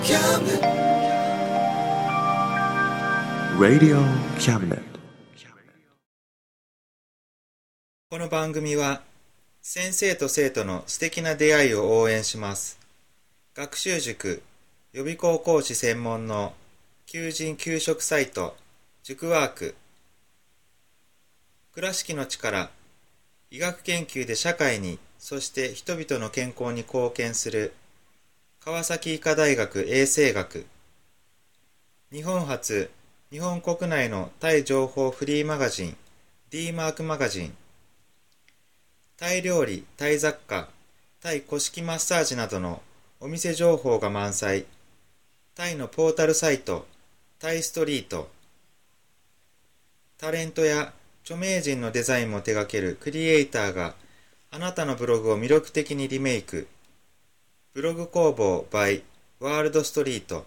Radio Cabinet。 この番組は先生と生徒の素敵な出会いを応援します。学習塾予備校講師専門の求人・求職サイト塾ワーク。倉敷の力、医学研究で社会に、そして人々の健康に貢献する川崎医科大学衛生学。日本初、日本国内のタイ情報フリーマガジン D マークマガジン。タイ料理、タイ雑貨、タイ古式マッサージなどのお店情報が満載。タイのポータルサイト、タイストリート。タレントや著名人のデザインも手掛けるクリエイターがあなたのブログを魅力的にリメイク。ブログ工房 by ワールドストリート。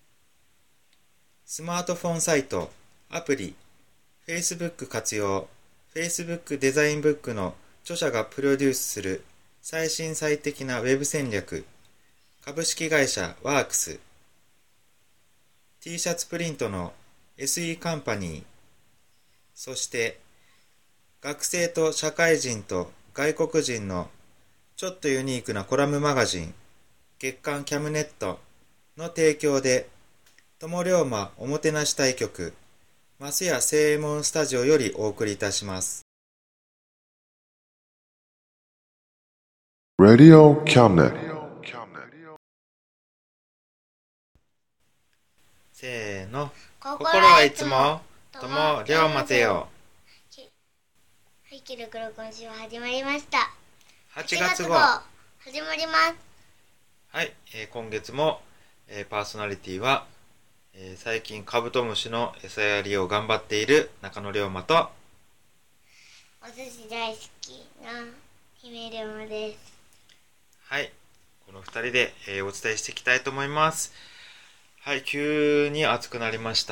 スマートフォンサイト、アプリ、Facebook 活用、Facebook デザインブックの著者がプロデュースする最新最適なウェブ戦略。株式会社ワークス。T シャツプリントの SE カンパニー。そして学生と社会人と外国人のちょっとユニークなコラムマガジン月刊キャムネットの提供で友龍馬おもてなし対局増屋正右衛門スタジオよりお送りいたします。 Radio Cabinet。 せーの。 心心はいつも友龍馬ぜよ。 はい、記録録今週は始まりました。 8月号。 始まります。 はい、今月も、パーソナリティは、最近カブトムシの餌やりを頑張っている中野龍馬と、 お寿司大好きな姫龍馬です。 はい、この2人で、お伝えしていきたいと思います。はい、急に暑くなりました。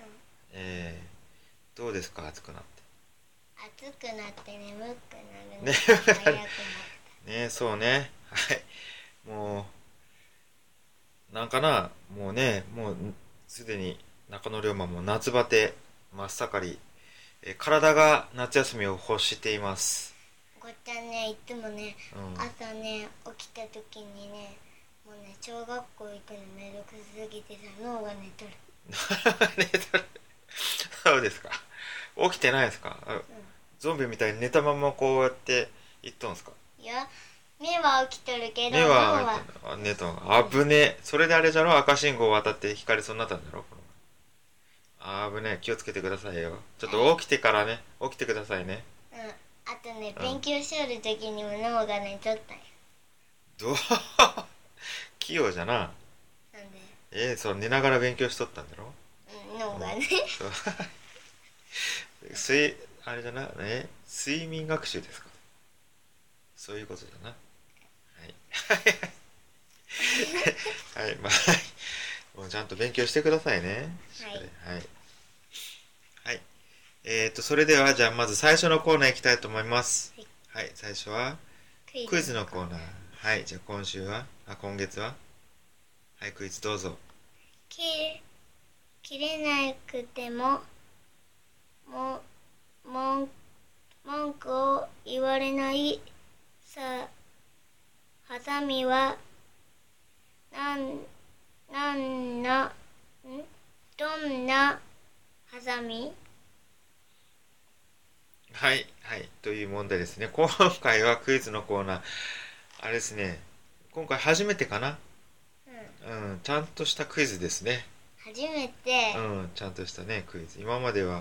どうですか、暑くなって。 暑くなって眠くなるのねが早くなっね、そうね。はい。もう、なんかな、もうね、もうすでに中野龍馬も夏バテ真っ盛り、体が夏休みを欲しています。 た。ごっちゃんね、いつもね、 うん朝ね、起きた時にね、もうね、小学校行くのめんどくさすぎてさ、脳が寝とる。 寝とる。そうですか。起きてないですか。ゾンビみたいに寝たままこうやって行っとんすか。 いや、目は起きとるけど、 目脳は寝とん。危ねえ。それであれじゃろ、赤信号渡って光りそうになったんだろ。危ねえ、気をつけてくださいよ。ちょっと起きてからね、起きてくださいね。 あとね、勉強しおる時にも脳が寝とったよ。 どう器用じゃな。 なんでそう寝ながら勉強しとったんだろ。 脳がね。 そうあれじゃな、睡眠学習ですか。そういうことだな。はい。はい、まあ、もうちゃんと勉強してくださいね。はい。はい。それでは、じゃあまず最初のコーナー行きたいと思います。はい、最初はクイズのコーナー。はい、じゃあ今月ははい、クイズどうぞ。 切れなくても文句を言われないハサミはどんなハサミ？ はい、という問題ですね。今回はクイズのコーナー、あれですね、今回初めてかな。ちゃんとしたクイズですね。 初めて。 ちゃんとしたね、クイズ。今までは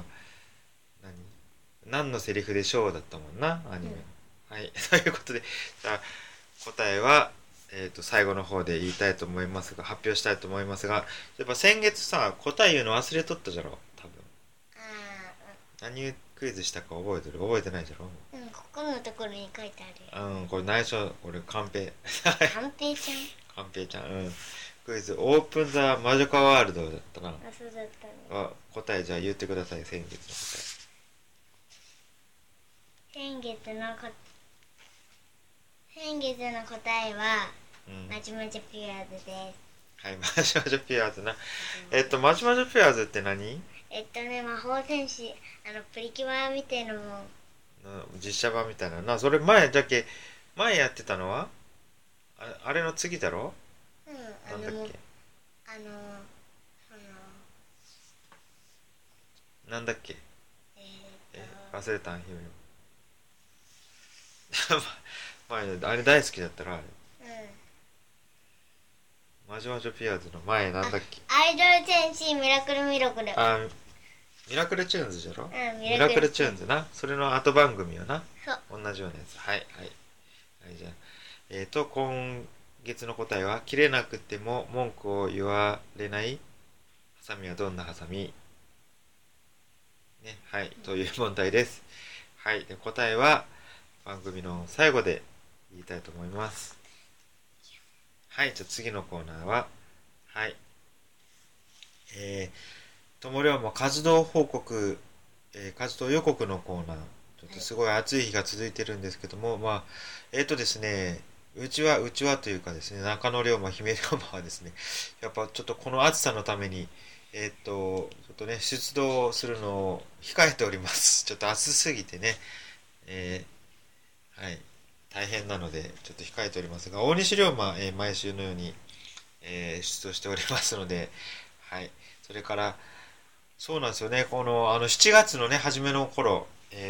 何のセリフでしょうだったもんな、アニメの。はい、ということで、じゃあ答えは、最後の方で言いたいと思いますが、発表したいと思いますが、やっぱ先月さ、答え言うの忘れとったじゃろ、多分。何クイズしたか覚えてる？覚えてないじゃろ。 ここのところに書いてある。 これ内緒、これカンペ。 カンペちゃん。 カンペちゃん。クイズ、オープンザマジカワールドだったかな。 そうだったね。 答えじゃあ言ってください、先月の答え。先月の答えは、 まちまちピュアーズです。 はい、マジマジョピアーズな。マジマジョピアーズって何？ 魔法戦士プリキュアみたいなもん。 実写版みたいなな。それ前だけ、前やってたのはあれの次だろ？なんだっけ？ あのそのなんだっけ？忘れたん、姫も。前、あれ大好きだったら、あれ。マジマジョピアーズの前なんだっけ？ アイドル戦士ミラクルミラクル。 ミラクルチューンズじゃろ？ ミラクルチューンズな。それの後番組よな。 そう。 同じようなやつ。はい、はい。はい、じゃあ。今月の答えは、切れなくても文句を言われないハサミはどんなハサミ？ね、はい、という問題です。はい、で答えは番組の最後で言いたいと思います。はい、じゃあ次のコーナーは、はい、友龍馬活動報告、活動予告のコーナー、ちょっとすごい暑い日が続いてるんですけども、まあ、ですね、うちはというかですね、中野龍馬、姫龍馬はですね、やっぱちょっとこの暑さのために、ちょっとね、出動するのを控えております。ちょっと暑すぎてね、はい、大変なので、ちょっと控えておりますが、大西龍馬、毎週のように、出動しておりますので、はい、それから、そうなんですよね、7月のね、初めの頃、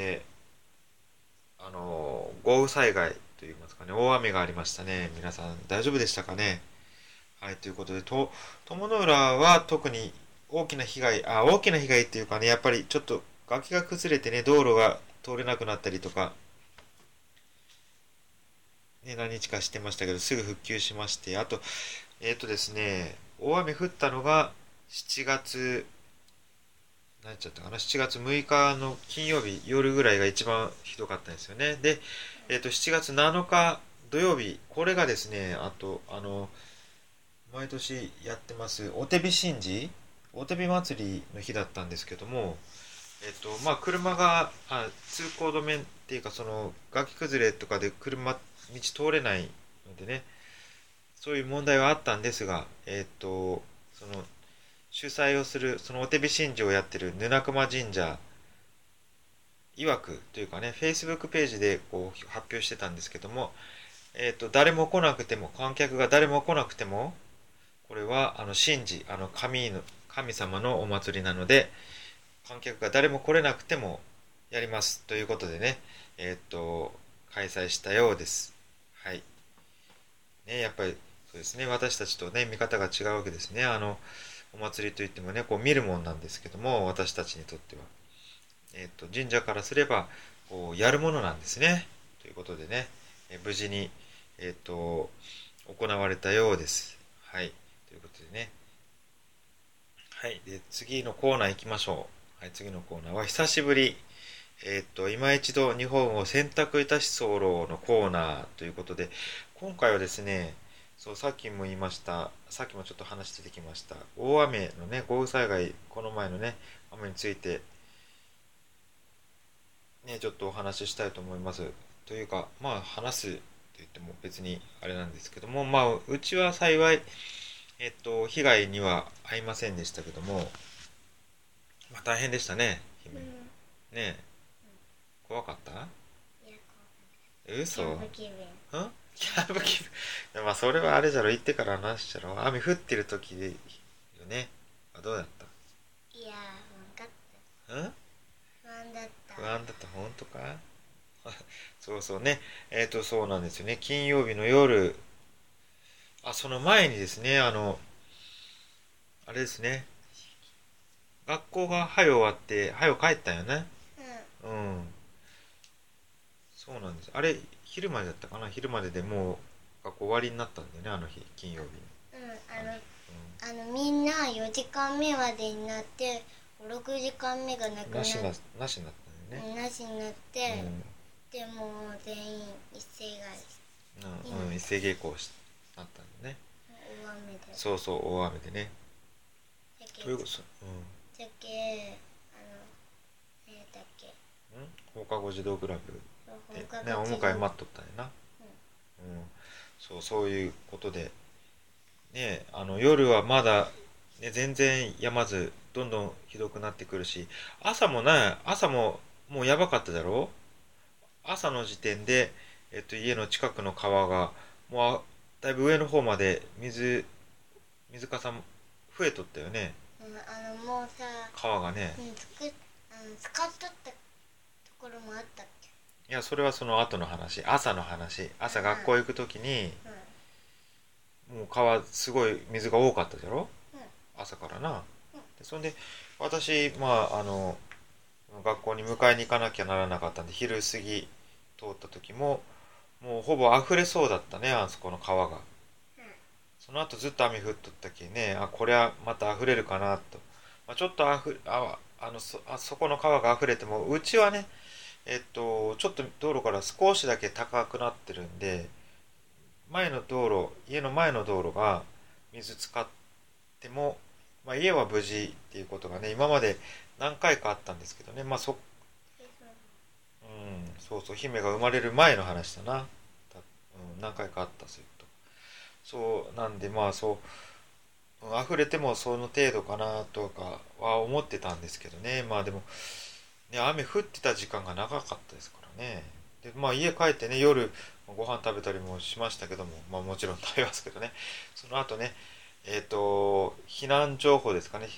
豪雨災害といいますかね、大雨がありましたね。皆さん大丈夫でしたかね。はい、ということで、友の浦は特に大きな被害、大きな被害っていうかね、やっぱりちょっと崖が崩れてね、道路が通れなくなったりとか、ね、何日かしてましたけど、すぐ復旧しまして、あと、ですね、大雨降ったのが7月、何やっちゃったかな、7月6日の金曜日夜ぐらいが一番ひどかったんですよね。で、7月7日土曜日、これがですね、あと、毎年やってます、お手火神事、お手火祭りの日だったんですけども、まあ、車が、通行止めっていうか、崖崩れとかで道通れないのでね、そういう問題はあったんですが、主催をする、そのお手火神事をやってる布熊神社曰くというかね、Facebook ページでこう発表してたんですけども、誰も来なくても、観客が誰も来なくても、これは神事、神様のお祭りなので、観客が誰も来れなくてもやりますということでね、開催したようです。はい。ね、やっぱりそうですね、私たちとね、見方が違うわけですね。お祭りといってもね、こう見るもんなんですけども、私たちにとっては。神社からすれば、こう、やるものなんですね。ということでね、無事に、行われたようです。はい。ということでね。はい。で、次のコーナー行きましょう。はい、次のコーナーは、久しぶり。今一度日本を選択いたし候のコーナーということで、今回はですね、そう、さっきも言いました、さっきもちょっと話出てきました、大雨のね、豪雨災害、この前のね、雨について、ね、ちょっとお話ししたいと思います。というか、まあ、話すと言っても別にあれなんですけども、まあ、うちは幸い、被害には遭いませんでしたけども、まあ、大変でしたね、姫。ねえ、怖かった？嘘？キャンプ気分。まあ、それはあれじゃろ、行ってから話しちゃろ。雨降ってる時でよね。どうだった？ いやー、不安かった。不安だった。 不安だった、本当か？そうそうね。そうなんですよね。金曜日の夜、その前にですね、あれですね。学校が早終わって、早帰ったよね。うん。そうなんです。あれ、昼までだったかな？昼まででもう学校終わりになったんだよね、あの日、金曜日に。 みんな4時間目までになって、5、6時間目がなくなって、 なしになったんだよね。 なしになって、でも全員一斉一斉下校なったんだね。 大雨で。 そうそう、大雨でね。ということ、 じゃけ、何だっけ。 放課後児童クラブでね、お迎え待っとったんやな。そういうことで、 ね、夜はまだ、ね、全然やまずどんどんひどくなってくるし、朝ももうやばかっただろ。朝の時点で、家の近くの川がもうだいぶ上の方まで水かさも増えとったよね。 もうさ、 川がね。 使っとったところもあったっけ？ いや、それはその後の話、朝の話。朝学校行く時に、もう川すごい水が多かったじゃろ、朝からな。でそんで私、学校に迎えに行かなきゃならなかったんで、昼過ぎ通った時ももうほぼ溢れそうだったね、あそこの川が。その後ずっと雨降っとったきね、これはまた溢れるかなと。ちょっとそこの川が溢れても、うちはね、ちょっと道路から少しだけ高くなってるんで、家の前の道路が水使っても、家は無事っていうことがね、今まで何回かあったんですけどね、そうそう、姫が生まれる前の話だな。何回かあったそういうこと。そうなんで、溢れてもその程度かなとかは思ってたんですけどね。でもね、雨降ってた時間が長かったですからね。で家帰ってね、夜ご飯食べたりもしましたけども、もちろん食べますけどね。その後ね、避難情報ですかね、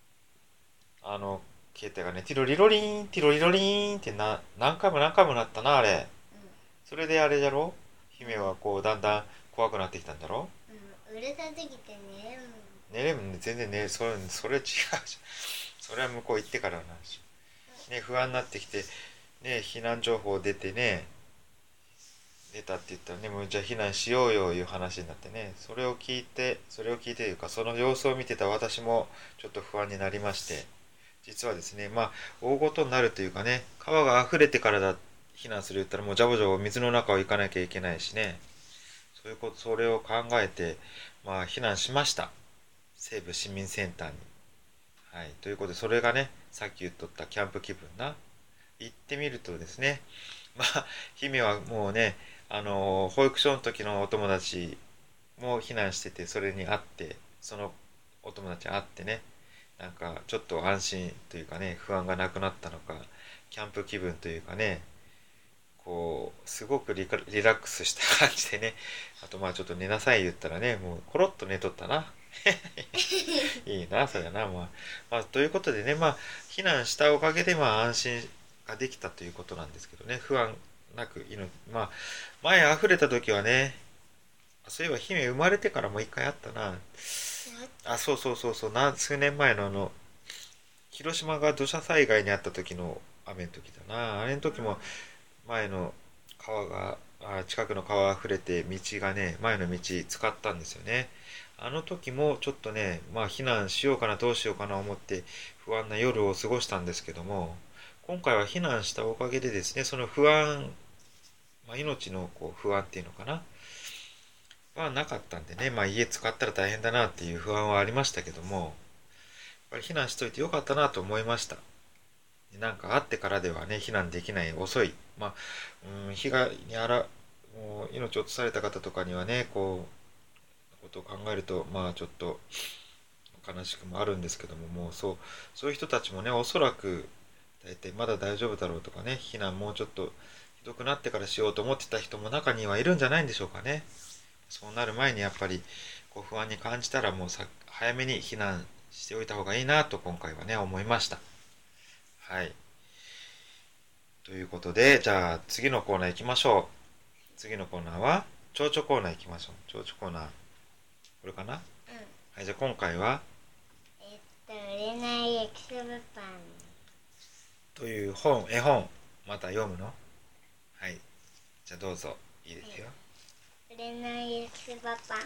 携帯がね、ティロリロリーンティロリロリーンって何回も何回もなったな、あれ。それであれじゃろ、姫はこうだんだん怖くなってきたんだろ。 うるさすぎて寝れんもん。 寝れん、全然それ違うじゃん。それは向こう行ってからの話。ね、不安になってきて、ね、避難情報出てね、出たって言ったらね、もうじゃあ避難しようよいう話になってね、それを聞いてというか、その様子を見てた私もちょっと不安になりまして、実はですね、大ごとになるというかね、川が溢れてから避難する言ったらもうジャボジャボ水の中を行かなきゃいけないしね、それを考えて、避難しました。西部市民センターに。はい、ということで、それがね、さっき言っとったキャンプ気分な。行ってみるとですね、姫はもうね、保育所の時のお友達も避難してて、それに会って、そのお友達に会ってね、なんかちょっと安心というかね、不安がなくなったのか、キャンプ気分というかね、こうすごくリラックスした感じでね、あとちょっと寝なさい言ったらね、もうコロッと寝とったな。いいなそれな。ということでね、避難したおかげで安心ができたということなんですけどね、不安なく前溢れた時はね、そういえば姫生まれてからもう一回あったな。そうそうそうそう、数年前の広島が土砂災害にあった時の雨の時だな。あれの時も前の近くの川が溢れて、道がね、前の道使ったんですよね。あの時もちょっとね、避難しようかなどうしようかな思って不安な夜を過ごしたんですけども、今回は避難したおかげでですね、その不安、命の不安っていうのかな、はなかったんでね、家使ったら大変だなっていう不安はありましたけども、やっぱり避難しといてよかったなと思いました。なんかあってからではね、避難できない、遅い。被害にもう命を落とされた方とかにはね、ことを考えると、ちょっと悲しくもあるんですけども、そういう人たちもね、おそらく、大体まだ大丈夫だろうとかね、避難もうちょっとひどくなってからしようと思ってた人も中にはいるんじゃないんでしょうかね。そうなる前にやっぱり不安に感じたらもう早めに避難しておいた方がいいなと今回はね思いました。はい。ということで、じゃあ次のコーナー行きましょう。次のコーナーは蝶々コーナー行きましょう。蝶々コーナー、これかな。はい、じゃあ今回は売れない焼きそばパンという絵本、また読むの？はい。じゃあどうぞ。いいですよ。 売れない焼きそばパン。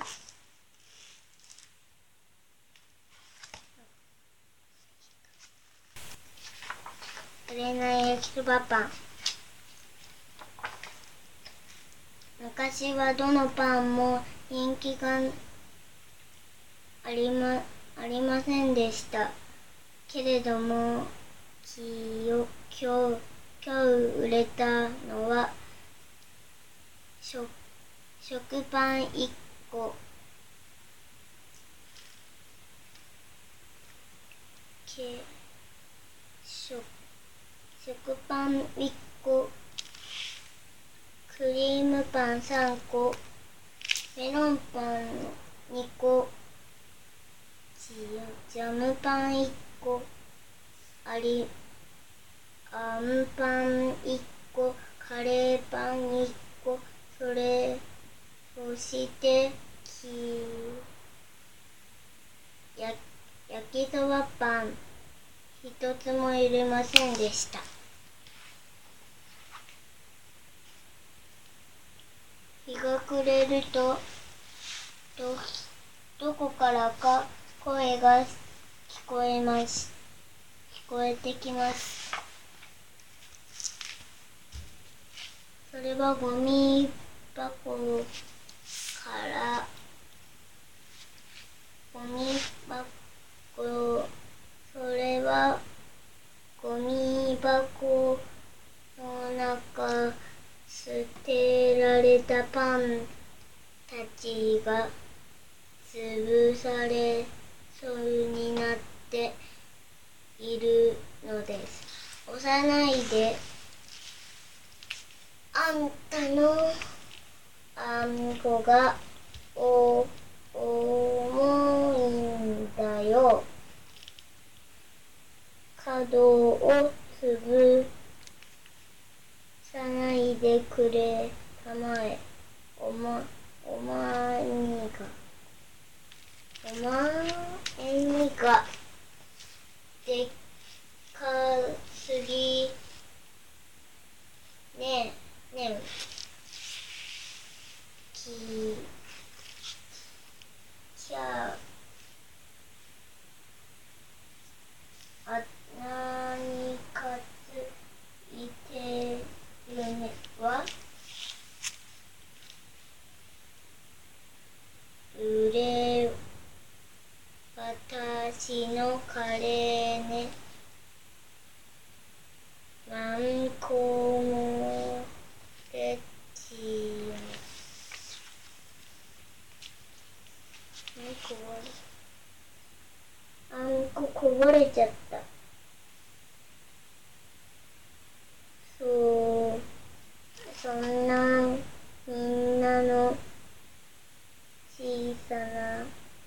売れない焼きそばパン。昔はどのパンも人気がありませんでした。けれども今日売れたのは食パン1個け食パン1個、クリームパン3個、メロンパン2個、ジャムパン1個、あんパン1個、カレーパン1個、そして焼きそばパン一つも入れませんでした。日が暮れると、どこからか声が聞こえてきます。それはゴミ箱からゴミ箱の中、捨てられたパンたちが潰されそうになっているのです。押さないで、あんたのあんこが重いんだよ。角を潰さないでくれたまえ。お前にがでっかすぎねえ。何かついてるねは私のカレーね。何個もでちあんここぼれちゃった。そんなみんなの小さな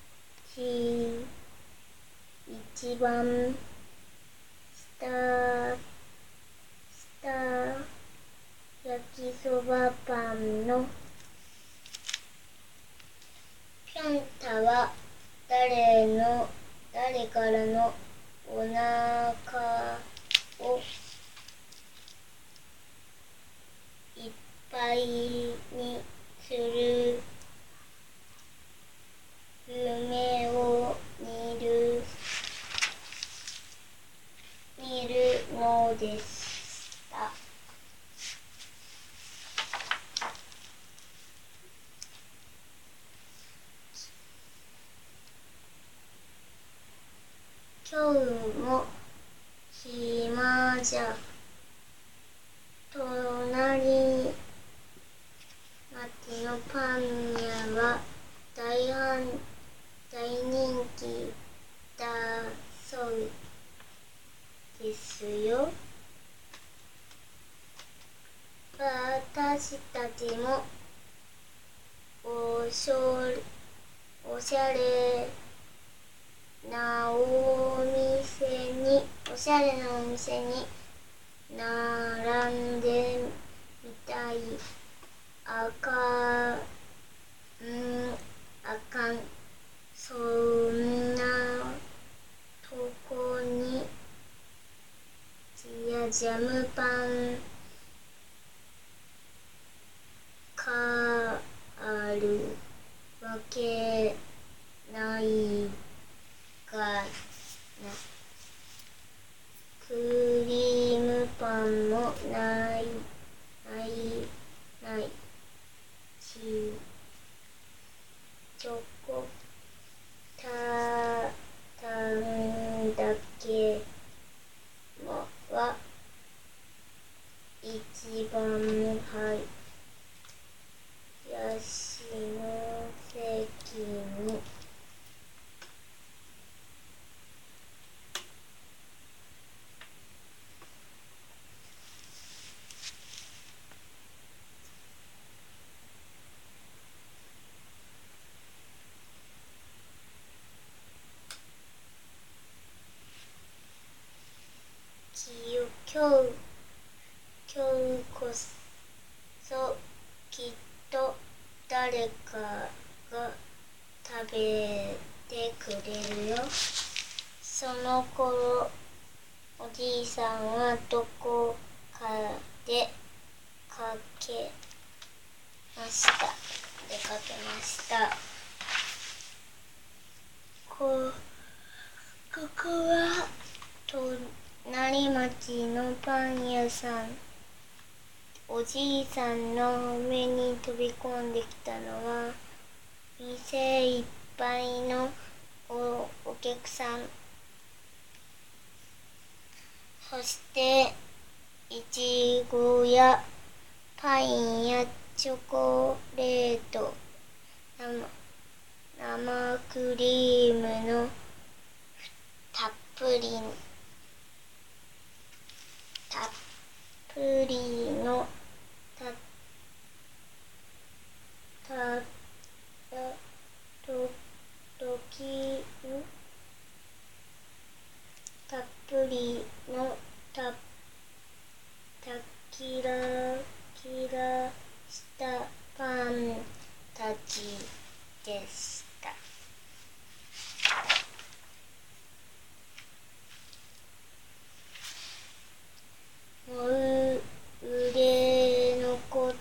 一番下焼きそばパンのピョンタは誰からのお腹をいっぱいにする夢を見るのでした。今日も暇じゃ。隣町のパン屋は大人気だそうですよ。私たちもおしゃれなお店に並んでみたい。あかん。そんなとこにジャムパンあるわけないがな。クリームパンもないし、チョコタンだけは一番ヤシの席に今日こそきっと誰かが食べてくれるよ。その頃おじいさんはどこかで出かけました。ここは隣町のパン屋さん。おじいさんの目に飛び込んできたのは店いっぱいのお客さん。そしていちごやパンやチョコレート、生クリームのたっぷりのキラキラしたパンたちでした。売れ残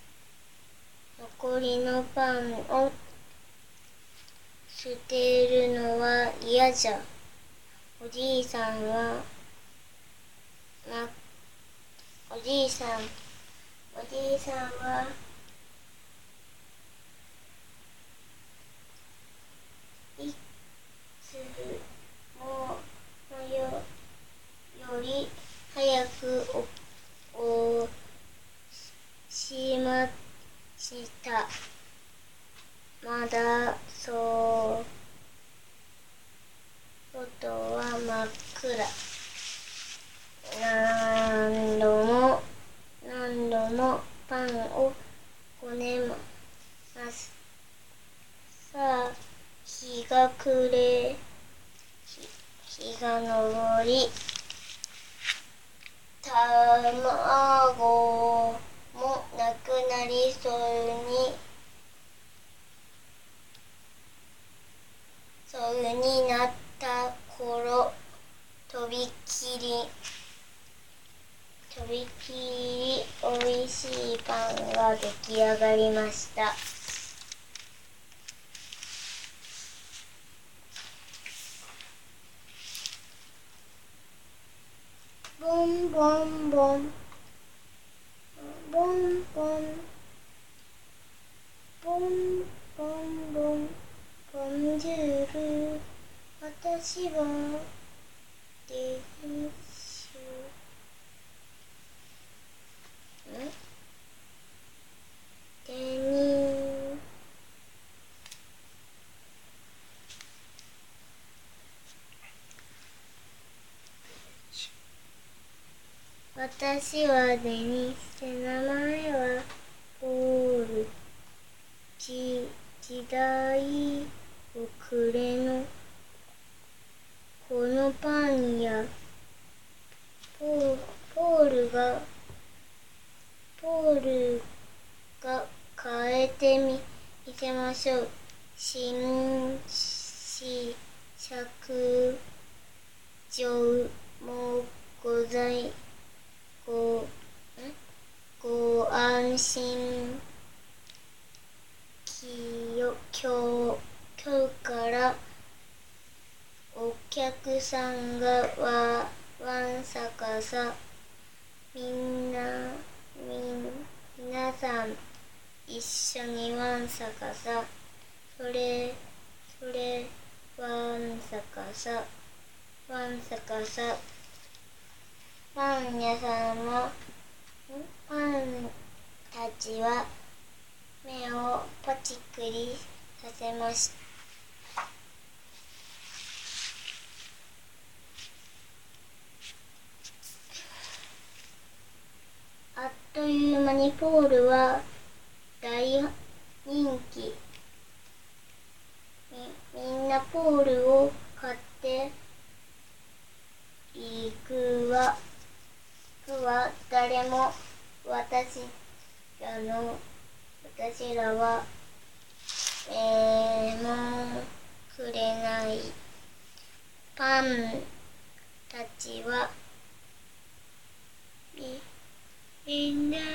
りのパンを捨てるのは嫌じゃ。おじいさんはいつもより早くおしました。まだ外は真っ暗。何度もパンをこねます。さあ、日が昇り、卵もなくなりそうになった頃、とびきりおいしいパンが出来上がりました。ボンボンボンボンボンボンボンボンボンジュール。私はデニッシュ。名前はポール。時代遅れのこのパン屋。ポールが変えてみせましょう。新試作場もご安心。今日からお客さんがわんさかさ。皆さん一緒にわんさかさ。それわんさかさ。パン屋さんはパンたちは目をパチクリさせました。あっという間にポールは大人気。みんなポールを買っていくわ。 は誰も私らはもくれない。パンたちはみんな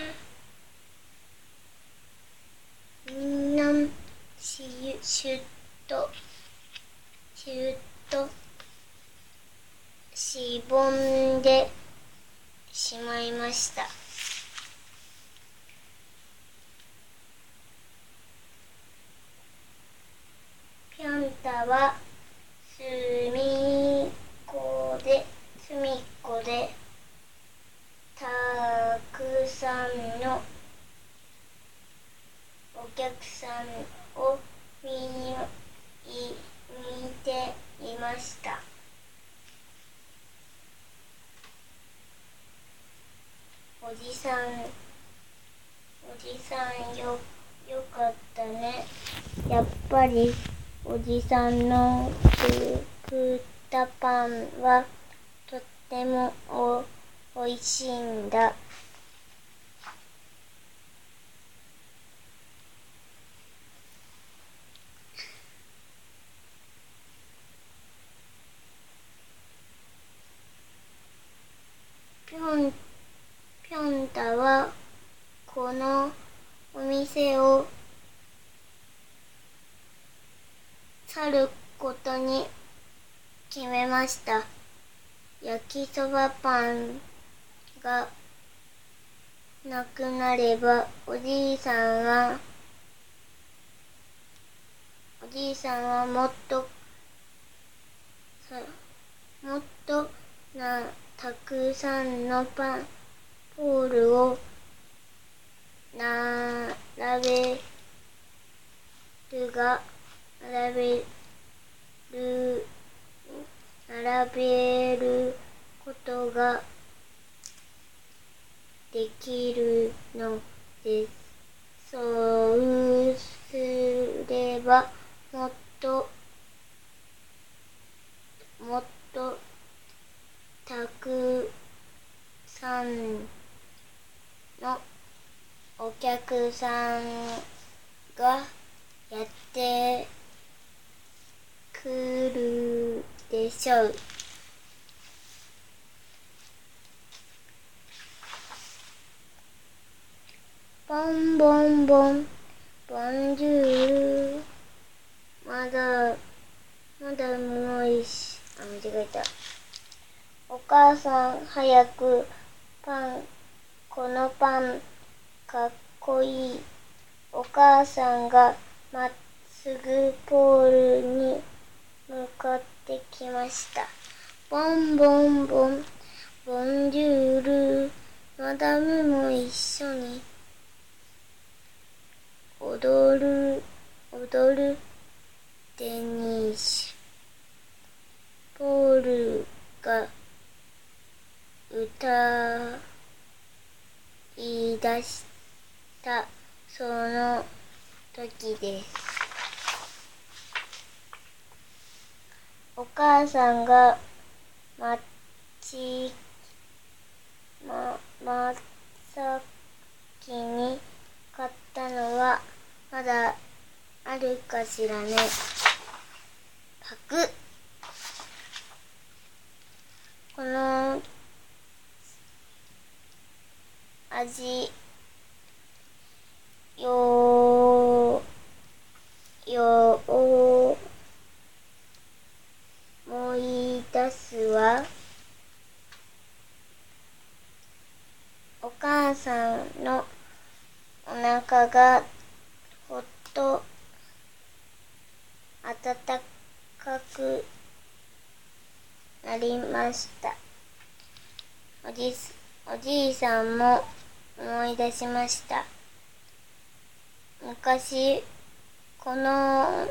シュッとしぼんでしまいました。ぴょんたは隅っこでたくさんのお客さんを見ていました。おじさんよかったね。やっぱりおじさんの作ったパンはとってもおいしいんだ。ぴょんたはこのお店を去ることに決めました。焼きそばパンがなくなればおじいさんはもっとたくさんのポールを並べることができるのです。そうすればもっとたくさんのお客さんがやってくるでしょう。ボンボンボンボンジュール。まだもういいし、間違えた。お母さん早くこのパンかっこいい。お母さんがまっすぐポールに向かってきました。ボンボンボンボンジュール。マダムも一緒に踊るデニッシュ。ポールが歌い出したその時です。お母さんが真っ先に買ったのはまだあるかしらね。パク。この味思い出すわ。お母さんのお腹がほっと温かくなりました。おじいさんも思い出しました。昔この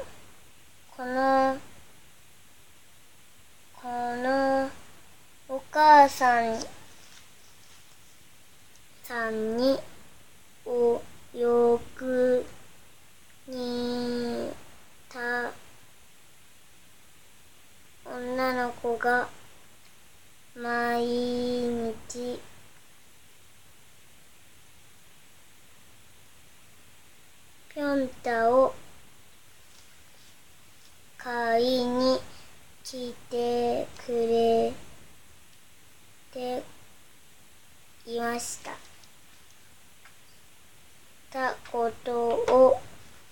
お母さんによく似た女の子が毎日タを買いに来てくれていましたたことを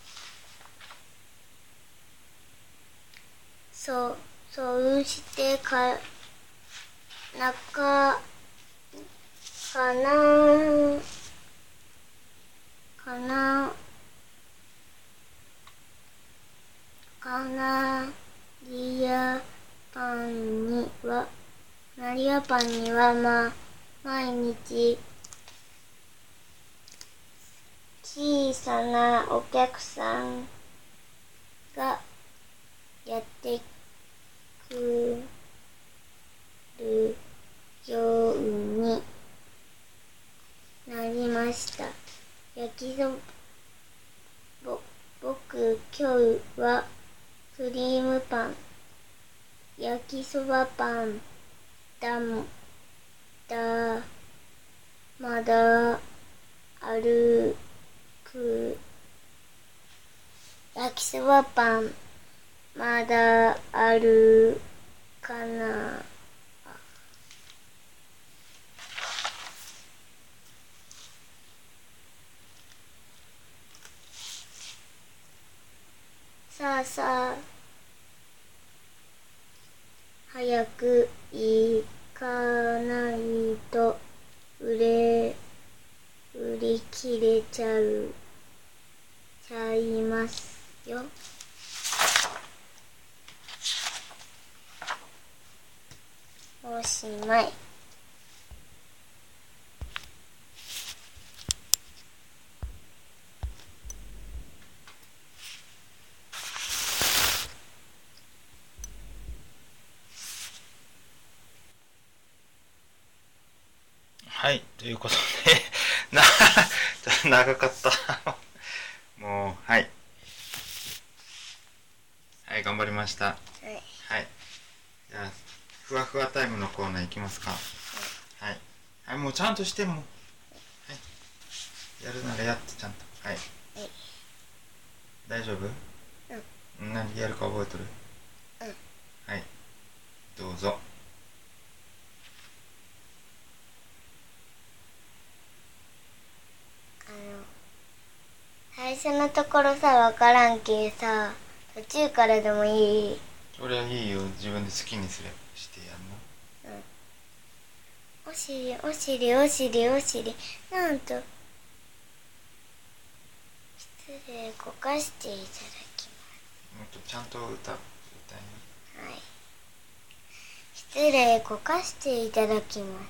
そうしてかなかカナリアパンには毎日小さなお客さんがやってくるようになりました。僕今日はクリームパン、焼きそばパンまだ焼きそばパンまだあるかな。さあ早く行かないと売り切れちゃいますよ。おしまい。 はい、ということでちょっと長かったもうはい頑張りました。はい、じゃあふわふわタイムのコーナーいきますか。はい、もうちゃんとしてもやるならやってちゃんと。大丈夫？何やるか覚えとる？はい、どうぞ。 最初のところさ、わからんけさ、途中からでもいい？ それはいいよ、自分で好きにしてやんの。 お尻、なんと失礼こかしていただきます。 もっとちゃんと歌い。 失礼こかしていただきます。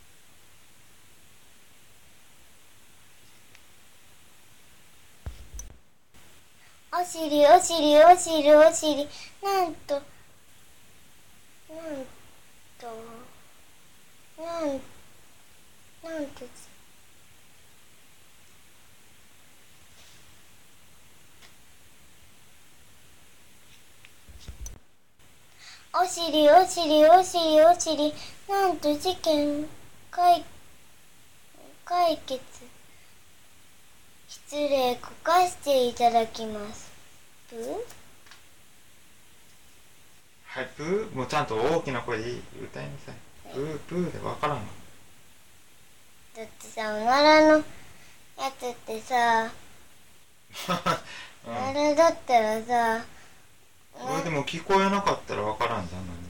お尻、なんとお尻、なんと事件解決。失礼こかしていただきます。プー？ はい、プー、もうちゃんと大きな声で歌いなさい。プーでわからんの。 だってさ、おならのやつってさ、あれだったらさ、 これでも聞こえなかったらわからんじゃん。何も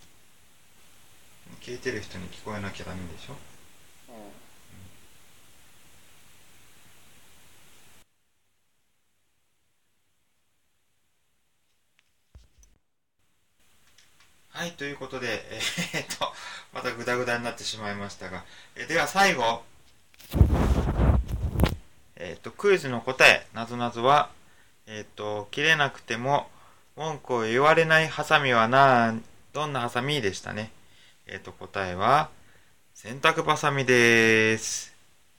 聞いてる人に聞こえなきゃダメでしょ。はい、ということで、またグダグダになってしまいましたが、では最後、クイズの答え、なぞなぞは、切れなくても文句を言われないハサミはどんなハサミでしたね。答えは、洗濯バサミです。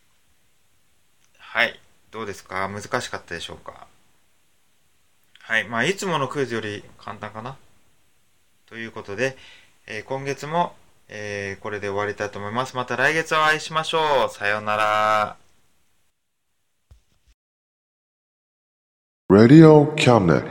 はい、どうですか？難しかったでしょうか？はい、いつものクイズより簡単かなということで、今月も、これで終わりたいと思います。また来月お会いしましょう。さようなら。 Radio Cabinet.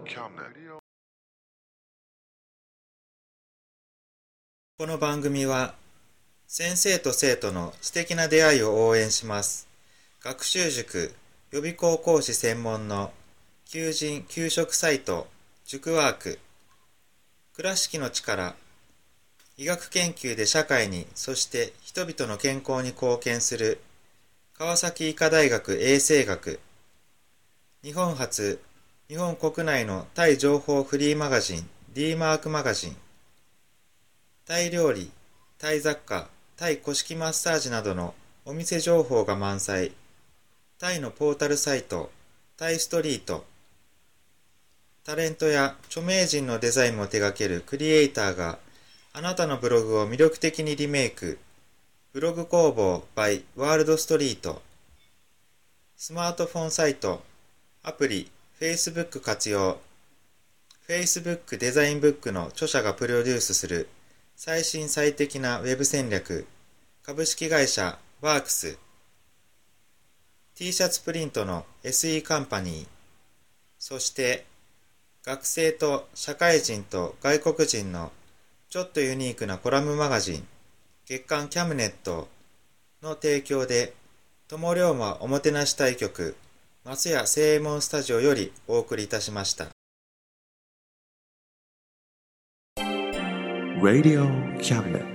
この番組は先生と生徒の素敵な出会いを応援します。学習塾予備校講師専門の求人・求職サイト塾ワーク。倉敷の力、医学研究で社会に、そして人々の健康に貢献する川崎医科大学衛生学。日本初、日本国内のタイ情報フリーマガジン D マークマガジン。タイ料理、タイ雑貨、タイ古式マッサージなどのお店情報が満載。タイのポータルサイト、タイストリート。タレントや著名人のデザインも手掛けるクリエイターがあなたのブログを魅力的にリメイク。ブログ工房 by ワールドストリート。スマートフォンサイト、アプリ、Facebook 活用。Facebook デザインブックの著者がプロデュースする最新最適なウェブ戦略。株式会社ワークス。T シャツプリントの SE カンパニー。そして学生と社会人と外国人のちょっとユニークなコラムマガジン月刊キャムネットの提供で友龍馬おもてなし対局松屋正右衛門スタジオよりお送りいたしました。 Radio Cabinet.